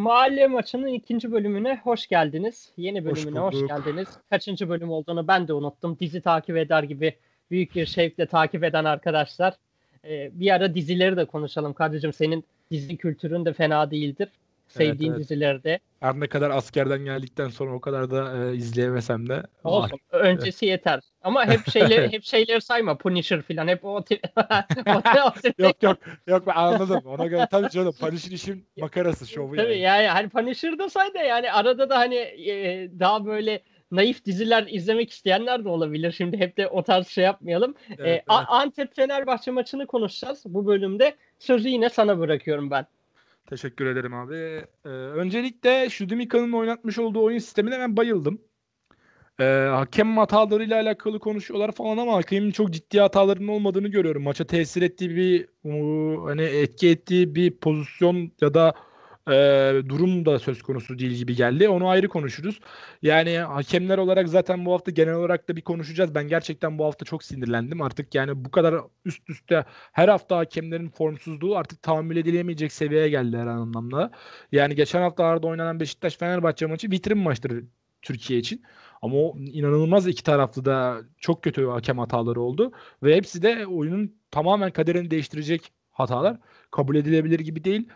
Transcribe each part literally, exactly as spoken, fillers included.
Mahalle Maçı'nın ikinci bölümüne hoş geldiniz. Yeni Hoş bölümüne hoş bulduk. geldiniz. Kaçıncı bölüm olduğunu ben de unuttum. Dizi takip eder gibi büyük bir şevkle takip eden arkadaşlar. Ee, bir ara dizileri de konuşalım. Kardeşim senin dizi kültürün de fena değildir. Evet, Sevdiğin evet. dizileri de. Her ne kadar askerden geldikten sonra o kadar da e, izleyemesem de. Ah, Olsun. Öncesi yeter. Ama hep şeyleri hep şeyleri sayma. Punisher falan hep o tip o, tip- o tip- Yok yok yok ben anladım. Ona göre tabii canım. Punisher işin makarası, şovu Tabii yani. yani hani Punisher'da say da yani arada da hani e, daha böyle naif diziler izlemek isteyenler de olabilir. Şimdi hep de o tarz şey yapmayalım. Evet, E, A- evet. Antep Fenerbahçe maçını konuşacağız bu bölümde. Sözü yine sana bırakıyorum ben. Teşekkür ederim abi. Ee, öncelikle Şudimika'nın oynatmış olduğu oyun sistemine ben bayıldım. Ee, hakem hatalarıyla alakalı konuşuyorlar falan ama hakemin çok ciddi hatalarının olmadığını görüyorum. Maça tesir ettiği bir u, hani etki ettiği bir pozisyon ya da e, durum da söz konusu değil gibi geldi. Onu ayrı konuşuruz. Yani hakemler olarak zaten bu hafta genel olarak da bir konuşacağız. Ben gerçekten bu hafta çok sinirlendim. Artık yani bu kadar üst üste her hafta hakemlerin formsuzluğu artık tahammül edilemeyecek seviyeye geldi her anlamda. Yani geçen haftalarda oynanan Beşiktaş-Fenerbahçe maçı vitrin maçtır Türkiye için. Ama o inanılmaz iki taraflı da çok kötü hakem hataları oldu. Ve hepsi de oyunun tamamen kaderini değiştirecek hatalar. Kabul edilebilir gibi değil.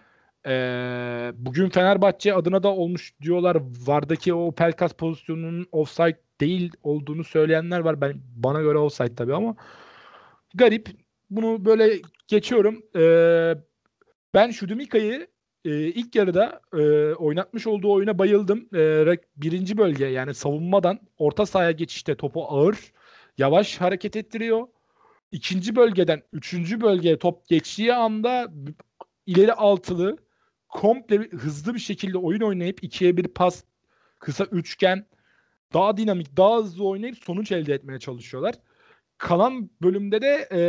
Ee, bugün Fenerbahçe adına da olmuş diyorlar. Vardaki o Pelkas pozisyonunun offside değil olduğunu söyleyenler var. Ben bana göre offside tabii ama garip. Bunu böyle geçiyorum. Ee, ben Şudumika'yı e, ilk yarıda e, oynatmış olduğu oyuna bayıldım. E, rak- birinci bölge yani savunmadan orta sahaya geçişte topu ağır, yavaş hareket ettiriyor. İkinci bölgeden üçüncü bölgeye top geçtiği anda b- ileri altılı komple bir- hızlı bir şekilde oyun oynayıp ikiye bir pas, kısa üçgen, daha dinamik, daha hızlı oynayıp sonuç elde etmeye çalışıyorlar. Kalan bölümde de e,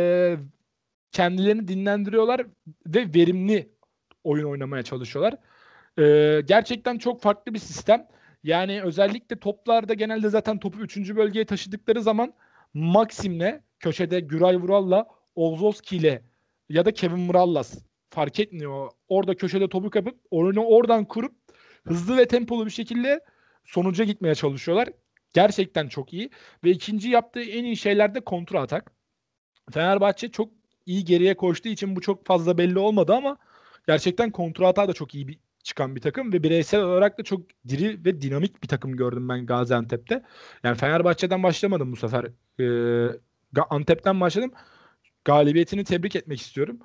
kendilerini dinlendiriyorlar ve verimli oyun oynamaya çalışıyorlar. Ee, gerçekten çok farklı bir sistem. Yani özellikle toplarda genelde zaten topu üçüncü bölgeye taşıdıkları zaman Maxim'le köşede Güray Vural'la Olzowski ile ya da Kevin Mrallas fark etmiyor. Orada köşede topu kapıp oyunu oradan kurup hızlı ve tempolu bir şekilde sonuca gitmeye çalışıyorlar. Gerçekten çok iyi. Ve ikinci yaptığı en iyi şeyler de kontra atak. Fenerbahçe çok iyi geriye koştuğu için bu çok fazla belli olmadı ama gerçekten kontra hata da çok iyi bir çıkan bir takım ve bireysel olarak da çok diri ve dinamik bir takım gördüm ben Gaziantep'te. Yani Fenerbahçe'den başlamadım bu sefer. Ee, Antep'ten başladım. Galibiyetini tebrik etmek istiyorum.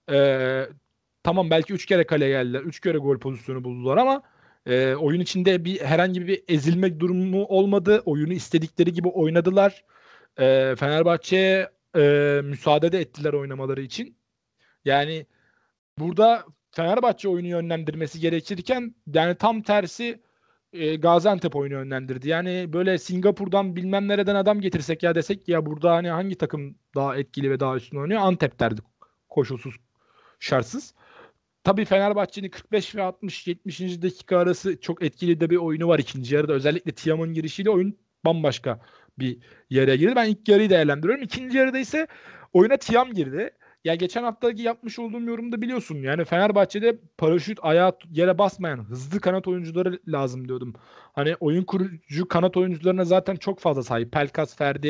Ee, tamam belki üç kere kale geldiler. Üç kere gol pozisyonu buldular ama e, oyun içinde bir herhangi bir ezilme durumu olmadı. Oyunu istedikleri gibi oynadılar. Ee, Fenerbahçe'ye e, müsaade de ettiler oynamaları için. Yani burada Fenerbahçe oyunu yönlendirmesi gerekirken yani tam tersi e, Gaziantep oyunu yönlendirdi. Yani böyle Singapur'dan bilmem nereden adam getirsek ya desek ya burada hani hangi takım daha etkili ve daha üstün oynuyor? Antep derdik koşulsuz şartsız. Tabii Fenerbahçe'nin kırk beş ve altmış yetmişinci dakika arası çok etkili de bir oyunu var ikinci yarıda. Özellikle Tiam'ın girişiyle oyun bambaşka bir yere girdi. Ben ilk yarıyı değerlendiriyorum. İkinci yarıda ise oyuna Tiam girdi. Ya geçen haftaki yapmış olduğum yorumda biliyorsun. Yani Fenerbahçe'de paraşüt ayağı yere basmayan hızlı kanat oyuncuları lazım diyordum. Hani oyun kurucu kanat oyuncularına zaten çok fazla sahip. Pelkas, Ferdi,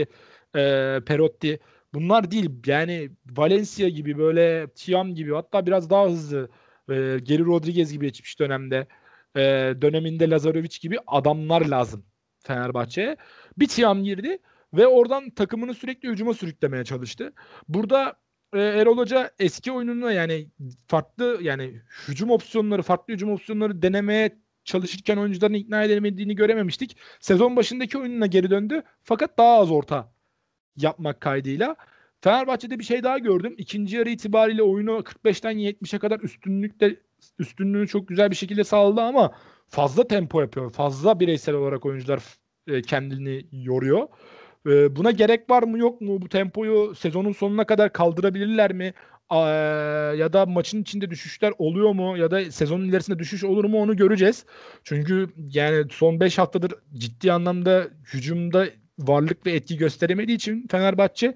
e, Perotti. Bunlar değil. Yani Valencia gibi böyle Tiam gibi hatta biraz daha hızlı e, Geri Rodriguez gibi geçmiş dönemde e, döneminde Lazarovic gibi adamlar lazım Fenerbahçe'ye. Bir Tiam girdi ve oradan takımını sürekli hücuma sürüklemeye çalıştı. Burada e, Erol Hoca eski oyununu yani farklı yani hücum opsiyonları, farklı hücum opsiyonları denemeye çalışırken oyuncuların ikna edemediğini görememiştik. Sezon başındaki oyununa geri döndü fakat daha az orta yapmak kaydıyla. Fenerbahçe'de bir şey daha gördüm. İkinci yarı itibariyle oyunu kırk beşten yetmişe kadar üstünlükle üstünlüğünü çok güzel bir şekilde sağladı ama fazla tempo yapıyor. Fazla bireysel olarak oyuncular e, kendini yoruyor. E, buna gerek var mı yok mu? Bu tempoyu sezonun sonuna kadar kaldırabilirler mi? Aa, ya da maçın içinde düşüşler oluyor mu? Ya da sezonun ilerisinde düşüş olur mu? Onu göreceğiz. Çünkü yani son beş haftadır ciddi anlamda hücumda varlık ve etki gösteremediği için Fenerbahçe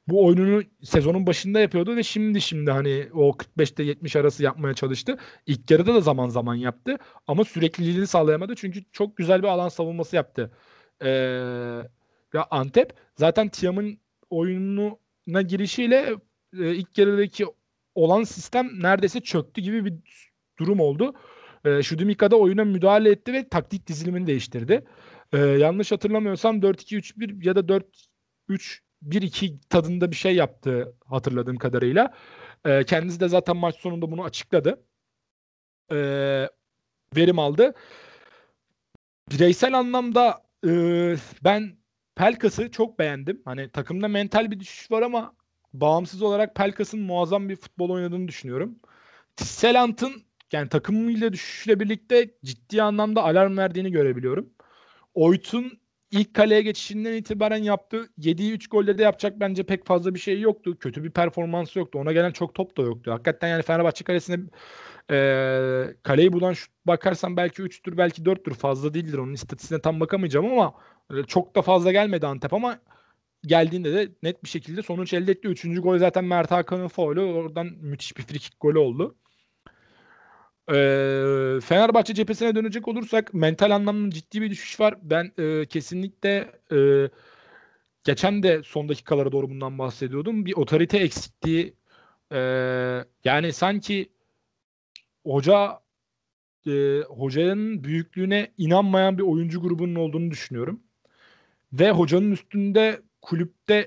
bu oyununu sezonun başında yapıyordu ve şimdi şimdi hani o kırk beşte yetmiş arası yapmaya çalıştı. İlk yarıda da zaman zaman yaptı ama sürekliliğini sağlayamadı çünkü çok güzel bir alan savunması yaptı. Ee, ya Antep zaten Tiam'ın oyununa girişiyle e, ilk yarıdaki olan sistem neredeyse çöktü gibi bir durum oldu. E, Şudimika'da oyuna müdahale etti ve taktik dizilimini değiştirdi. E, yanlış hatırlamıyorsam dört iki üç bir ya da dört üç bir iki tadında bir şey yaptı hatırladığım kadarıyla. E, kendisi de zaten maç sonunda bunu açıkladı. E, verim aldı. Bireysel anlamda e, ben Pelkas'ı çok beğendim. Hani takımda mental bir düşüş var ama bağımsız olarak Pelkas'ın muazzam bir futbol oynadığını düşünüyorum. Tisselant'ın yani takımıyla düşüşle birlikte ciddi anlamda alarm verdiğini görebiliyorum. Oytun ilk kaleye geçişinden itibaren yaptığı yediği üç golde de yapacak bence pek fazla bir şey yoktu. Kötü bir performansı yoktu. Ona gelen çok top da yoktu. Hakikaten yani Fenerbahçe kalesine e, kaleyi bulan şut bakarsan belki üçtür belki dörttür fazla değildir. Onun istatistiğine tam bakamayacağım ama öyle çok da fazla gelmedi Antep ama geldiğinde de net bir şekilde sonuç elde etti. Üçüncü gol zaten Mert Hakan'ın faulü. Oradan müthiş bir frikik golü oldu. Ee, Fenerbahçe cephesine dönecek olursak mental anlamda ciddi bir düşüş var. Ben e, kesinlikle e, geçen de son dakikalara doğru bundan bahsediyordum. Bir otorite eksikliği e, yani sanki hoca e, hocanın büyüklüğüne inanmayan bir oyuncu grubunun olduğunu düşünüyorum. Ve hocanın üstünde kulüpte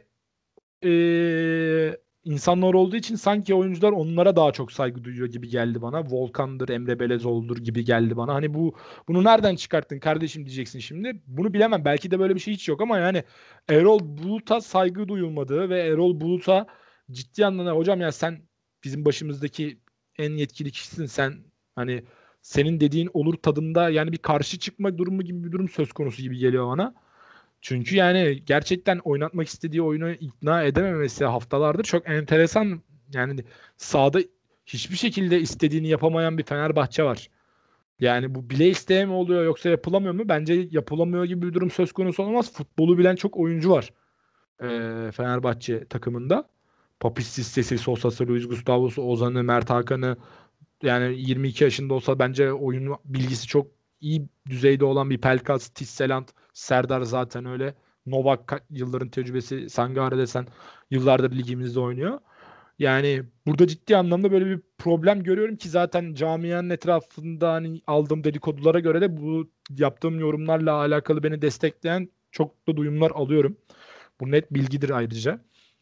e, insanlar olduğu için sanki oyuncular onlara daha çok saygı duyuyor gibi geldi bana. Volkan'dır, Emre Belezoğlu'dur gibi geldi bana. Hani bu bunu nereden çıkarttın kardeşim diyeceksin şimdi. Bunu bilemem. Belki de böyle bir şey hiç yok ama yani Erol Bulut'a saygı duyulmadığı ve Erol Bulut'a ciddi anlamda hocam ya sen bizim başımızdaki en yetkili kişisin sen hani senin dediğin olur tadında yani bir karşı çıkma durumu gibi bir durum söz konusu gibi geliyor bana. Çünkü yani gerçekten oynatmak istediği oyunu ikna edememesi haftalardır çok enteresan. Yani sahada hiçbir şekilde istediğini yapamayan bir Fenerbahçe var. Yani bu bile isteye mi oluyor yoksa yapılamıyor mu? Bence yapılamıyor gibi bir durum söz konusu olmaz. Futbolu bilen çok oyuncu var eee, Fenerbahçe takımında. Papis Sissesi, Sosa'sı, Luis Gustavo'su, Ozan'ı, Mert Hakan'ı yani yirmi iki yaşında olsa bence oyun bilgisi çok iyi düzeyde olan bir Pelkas, Tisselant, Serdar zaten öyle. Novak ka- yılların tecrübesi, Sangare desen yıllardır ligimizde oynuyor. Yani burada ciddi anlamda böyle bir problem görüyorum ki zaten camianın etrafında hani aldığım dedikodulara göre de bu yaptığım yorumlarla alakalı beni destekleyen çok da duyumlar alıyorum. Bu net bilgidir ayrıca.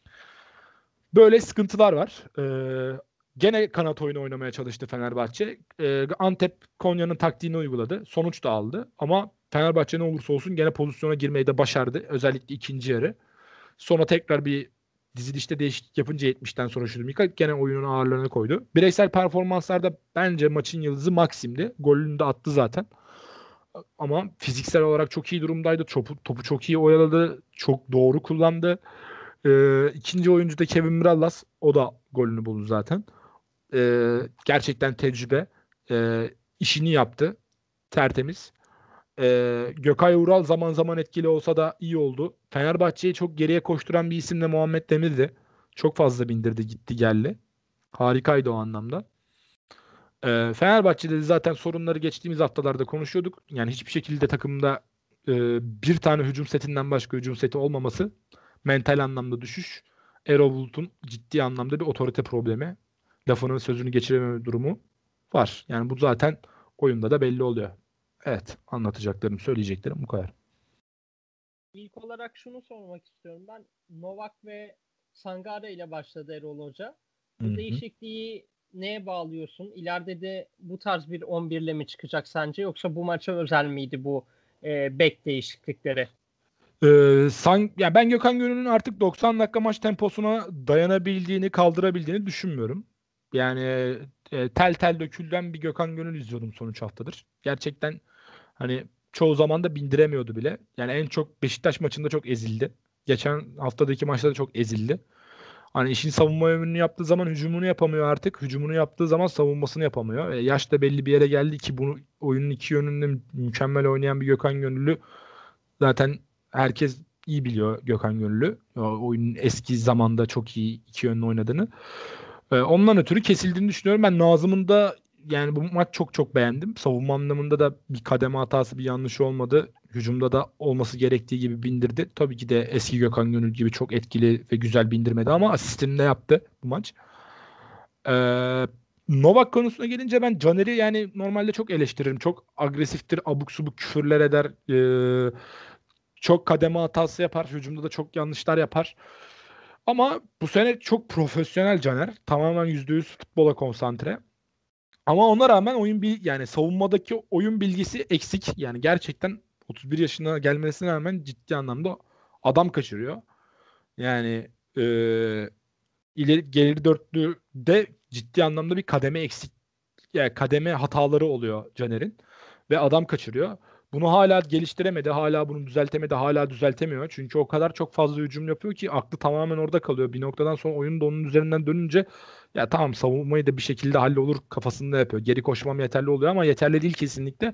Böyle sıkıntılar var. Ee, gene kanat oyunu oynamaya çalıştı Fenerbahçe. Ee, Antep Konya'nın taktiğini uyguladı. Sonuç da aldı. Ama Fenerbahçe ne olursa olsun gene pozisyona girmeyi de başardı. Özellikle ikinci yarı. Sonra tekrar bir dizilişte değişiklik yapınca yetmişten sonra Şudumika gene oyunun ağırlığını koydu. Bireysel performanslarda bence maçın yıldızı Maxim'di. Golünü de attı zaten. Ama fiziksel olarak çok iyi durumdaydı. Topu, topu çok iyi oyaladı. Çok doğru kullandı. Ee, ikinci oyuncu da Kevin Mirallas. O da golünü buldu zaten. Ee, gerçekten tecrübe. Ee, işini yaptı. Tertemiz. Ee, Gökay Ural zaman zaman etkili olsa da iyi oldu. Fenerbahçe'yi çok geriye koşturan bir isim de Muhammed Demir'di. Çok fazla bindirdi gitti geldi. Harikaydı o anlamda. Ee, Fenerbahçe'de de zaten sorunları geçtiğimiz haftalarda konuşuyorduk. Yani hiçbir şekilde takımda e, bir tane hücum setinden başka hücum seti olmaması, mental anlamda düşüş, Erol Bulut'un ciddi anlamda bir otorite problemi, lafının sözünü geçirememe durumu var. Yani bu zaten oyunda da belli oluyor. Evet, anlatacaklarım, söyleyeceklerim bu kadar. İlk olarak şunu sormak istiyorum ben. Novak ve Sangare ile başladı Erol Hoca. Hı Bu hı. değişikliği neye bağlıyorsun? İleride de bu tarz bir on bir ile mi çıkacak sence? Yoksa bu maça özel miydi bu e, bek değişiklikleri? Ee, san, ya ben Gökhan Gönül'ün artık doksan dakika maç temposuna dayanabildiğini, kaldırabildiğini düşünmüyorum. Yani e, tel tel dökülen bir Gökhan Gönül izliyordum son üç haftadır. Gerçekten hani çoğu zaman da bindiremiyordu bile. Yani en çok Beşiktaş maçında çok ezildi. Geçen haftadaki maçta da çok ezildi. Hani işin savunma yönünü yaptığı zaman hücumunu yapamıyor artık. Hücumunu yaptığı zaman savunmasını yapamıyor. E, yaş da belli bir yere geldi ki bunu oyunun iki yönünde mükemmel oynayan bir Gökhan Gönüllü zaten herkes iyi biliyor Gökhan Gönüllü. O oyunun eski zamanda çok iyi iki yönlü oynadığını. Ee, ondan ötürü kesildiğini düşünüyorum. Ben Nazım'ın da yani bu maç çok çok beğendim. Savunma anlamında da bir kademe hatası, bir yanlışı olmadı. Hücumda da olması gerektiği gibi bindirdi. Tabii ki de eski Gökhan Gönül gibi çok etkili ve güzel bindirmedi ama asistini de yaptı bu maç. Ee, Novak konusuna gelince ben Caner'i yani normalde çok eleştiririm. Çok agresiftir, abuk subuk küfürler eder. Ee, çok kademe hatası yapar. Hücumda da çok yanlışlar yapar. Ama bu sene çok profesyonel Caner. Tamamen yüzde yüz futbola konsantre. Ama ona rağmen oyun bil yani savunmadaki oyun bilgisi eksik. Yani gerçekten otuz bir yaşına gelmesine rağmen ciddi anlamda adam kaçırıyor. Yani e, ileri geri dörtlüde ciddi anlamda bir kademe eksik, yani kademe hataları oluyor Caner'in ve adam kaçırıyor. Bunu hala geliştiremedi, hala bunu düzeltemedi, hala düzeltemiyor. Çünkü o kadar çok fazla hücum yapıyor ki aklı tamamen orada kalıyor. Bir noktadan sonra oyun da onun üzerinden dönünce ya tamam savunmayı da bir şekilde hallolur kafasında yapıyor. Geri koşmam yeterli oluyor ama yeterli değil kesinlikle.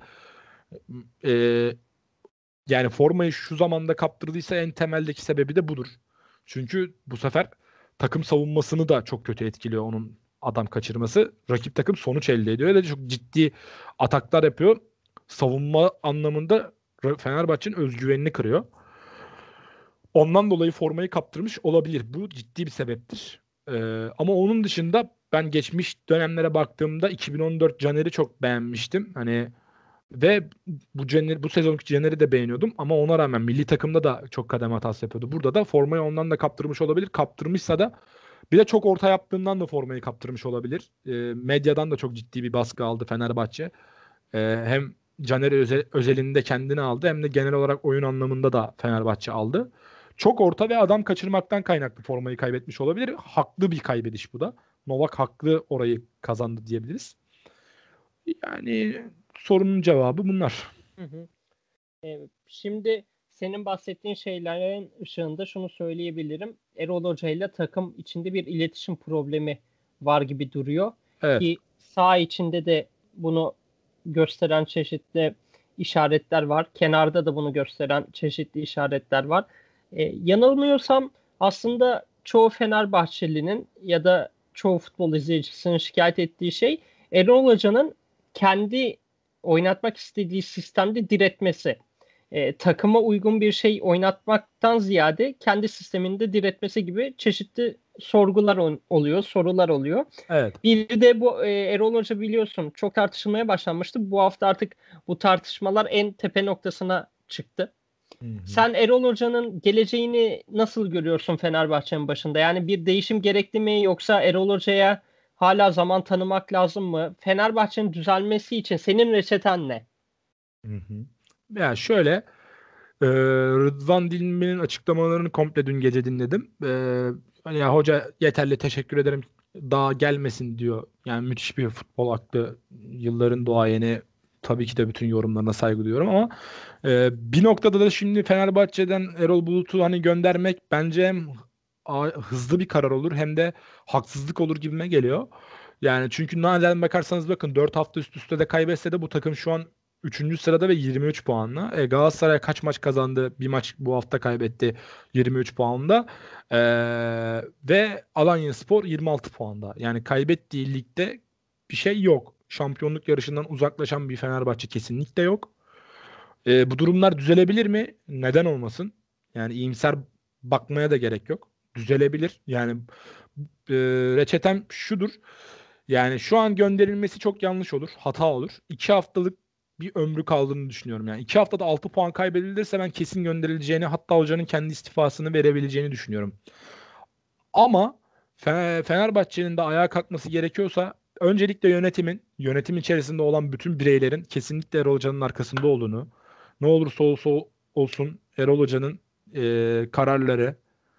Ee, Yani formayı şu zamanda kaptırdıysa en temeldeki sebebi de budur. Çünkü bu sefer takım savunmasını da çok kötü etkiliyor onun adam kaçırması. Rakip takım sonuç elde ediyor ve çok ciddi ataklar yapıyor. Savunma anlamında Fenerbahçe'nin özgüvenini kırıyor. Ondan dolayı formayı kaptırmış olabilir. Bu ciddi bir sebeptir. Ee, ama onun dışında ben geçmiş dönemlere baktığımda iki bin on dört Caner'i çok beğenmiştim. Hani ve bu Caner, bu sezonki Caner'i de beğeniyordum ama ona rağmen milli takımda da çok kademe hatası yapıyordu. Burada da formayı ondan da kaptırmış olabilir. Kaptırmışsa da bir de çok orta yaptığından da formayı kaptırmış olabilir. E, medyadan da çok ciddi bir baskı aldı Fenerbahçe. E, hem Caner özel, özelinde kendini aldı hem de genel olarak oyun anlamında da Fenerbahçe aldı. Çok orta ve adam kaçırmaktan kaynaklı formayı kaybetmiş olabilir. Haklı bir kaybediş bu da. Novak haklı orayı kazandı diyebiliriz. Yani sorunun cevabı bunlar. Hı hı. Ee, şimdi senin bahsettiğin şeylerin ışığında şunu söyleyebilirim. Erol Hoca ile takım içinde bir iletişim problemi var gibi duruyor. Evet. Ki saha içinde de bunu gösteren çeşitli işaretler var. Kenarda da bunu gösteren çeşitli işaretler var. Ee, yanılmıyorsam aslında çoğu Fenerbahçelinin ya da çoğu futbol izleyicisinin şikayet ettiği şey Erol Hoca'nın kendi oynatmak istediği sistemde diretmesi. E, takıma uygun bir şey oynatmaktan ziyade kendi sisteminde diretmesi gibi çeşitli sorgular on- oluyor, sorular oluyor. Evet. Bir de bu e, Erol Hoca biliyorsun çok tartışılmaya başlanmıştı. Bu hafta artık bu tartışmalar en tepe noktasına çıktı. Hı hı. Sen Erol Hoca'nın geleceğini nasıl görüyorsun Fenerbahçe'nin başında? Yani bir değişim gerekli mi yoksa Erol Hoca'ya hala zaman tanımak lazım mı? Fenerbahçe'nin düzelmesi için senin reçeten ne? Hı hı. Ya şöyle e, Rıdvan Dilmen'in açıklamalarını komple dün gece dinledim. E, hani ya hoca yeterli teşekkür ederim daha gelmesin diyor. Yani müthiş bir futbol aklı yılların duayeni tabii ki de bütün yorumlarına saygı duyuyorum ama e, bir noktada da şimdi Fenerbahçe'den Erol Bulut'u hani göndermek bence hem a- hızlı bir karar olur hem de haksızlık olur gibime geliyor. Yani çünkü nereden bakarsanız bakın dört hafta üst üste de kaybetse de bu takım şu an üçüncü sırada ve yirmi üç puanla. E, Galatasaray kaç maç kazandı? Bir maç bu hafta kaybetti yirmi üç puanda. E, Ve Alanyaspor yirmi altı puanda. Yani kaybettiği ligde bir şey yok. Şampiyonluk yarışından uzaklaşan bir Fenerbahçe kesinlikle yok. E, bu durumlar düzelebilir mi? Neden olmasın? Yani iyimser bakmaya da gerek yok. Düzelebilir. Yani e, reçetem şudur. Yani şu an gönderilmesi çok yanlış olur. Hata olur. İki haftalık bir ömrü kaldığını düşünüyorum. Yani iki haftada altı puan kaybedilirse ben kesin gönderileceğini hatta hocanın kendi istifasını verebileceğini düşünüyorum. Ama Fe- Fenerbahçe'nin de ayağa kalkması gerekiyorsa öncelikle yönetimin, yönetim içerisinde olan bütün bireylerin kesinlikle Erol Hoca'nın arkasında olduğunu, ne olursa olsa olsun Erol Hoca'nın e, kararları,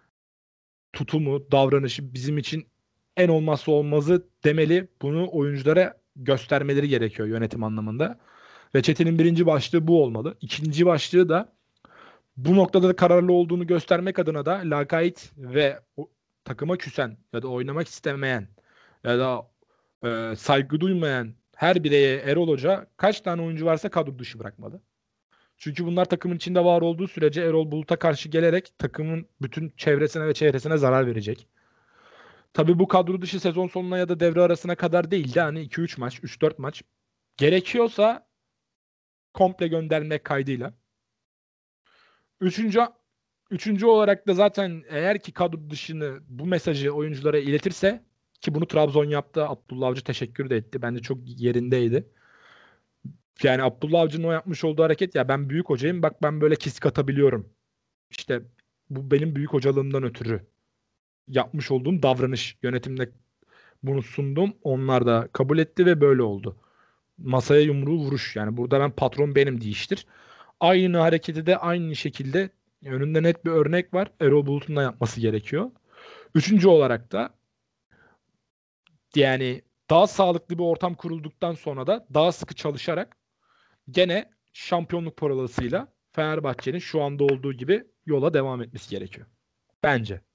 tutumu, davranışı bizim için en olmazsa olmazı demeli. Bunu oyunculara göstermeleri gerekiyor yönetim anlamında. Reçetenin birinci başlığı bu olmalı. İkinci başlığı da bu noktada da kararlı olduğunu göstermek adına da lakayt ve o, takıma küsen ya da oynamak istemeyen ya da e, saygı duymayan her bireye Erol Hoca kaç tane oyuncu varsa kadro dışı bırakmalı. Çünkü bunlar takımın içinde var olduğu sürece Erol Bulut'a karşı gelerek takımın bütün çevresine ve çehresine zarar verecek. Tabii bu kadro dışı sezon sonuna ya da devre arasına kadar değil de hani iki üç maç, üç dört maç gerekiyorsa komple göndermek kaydıyla. Üçüncü Üçüncü olarak da zaten eğer ki kadro dışını bu mesajı oyunculara iletirse, ki bunu Trabzon yaptı. Abdullah Avcı teşekkür de etti. Bence çok yerindeydi. Yani Abdullah Avcı'nın o yapmış olduğu hareket, ya ben büyük hocayım bak ben böyle kesik atabiliyorum. İşte bu benim büyük hocalığımdan ötürü yapmış olduğum davranış. Yönetimde bunu sundum. Onlar da kabul etti ve böyle oldu. Masaya yumruğu vuruş. Yani burada ben patron benim deyiştir. Aynı hareketi de aynı şekilde önünde net bir örnek var. Erol Bulut'un da yapması gerekiyor. Üçüncü olarak da yani daha sağlıklı bir ortam kurulduktan sonra da daha sıkı çalışarak gene şampiyonluk parolasıyla Fenerbahçe'nin şu anda olduğu gibi yola devam etmesi gerekiyor. Bence.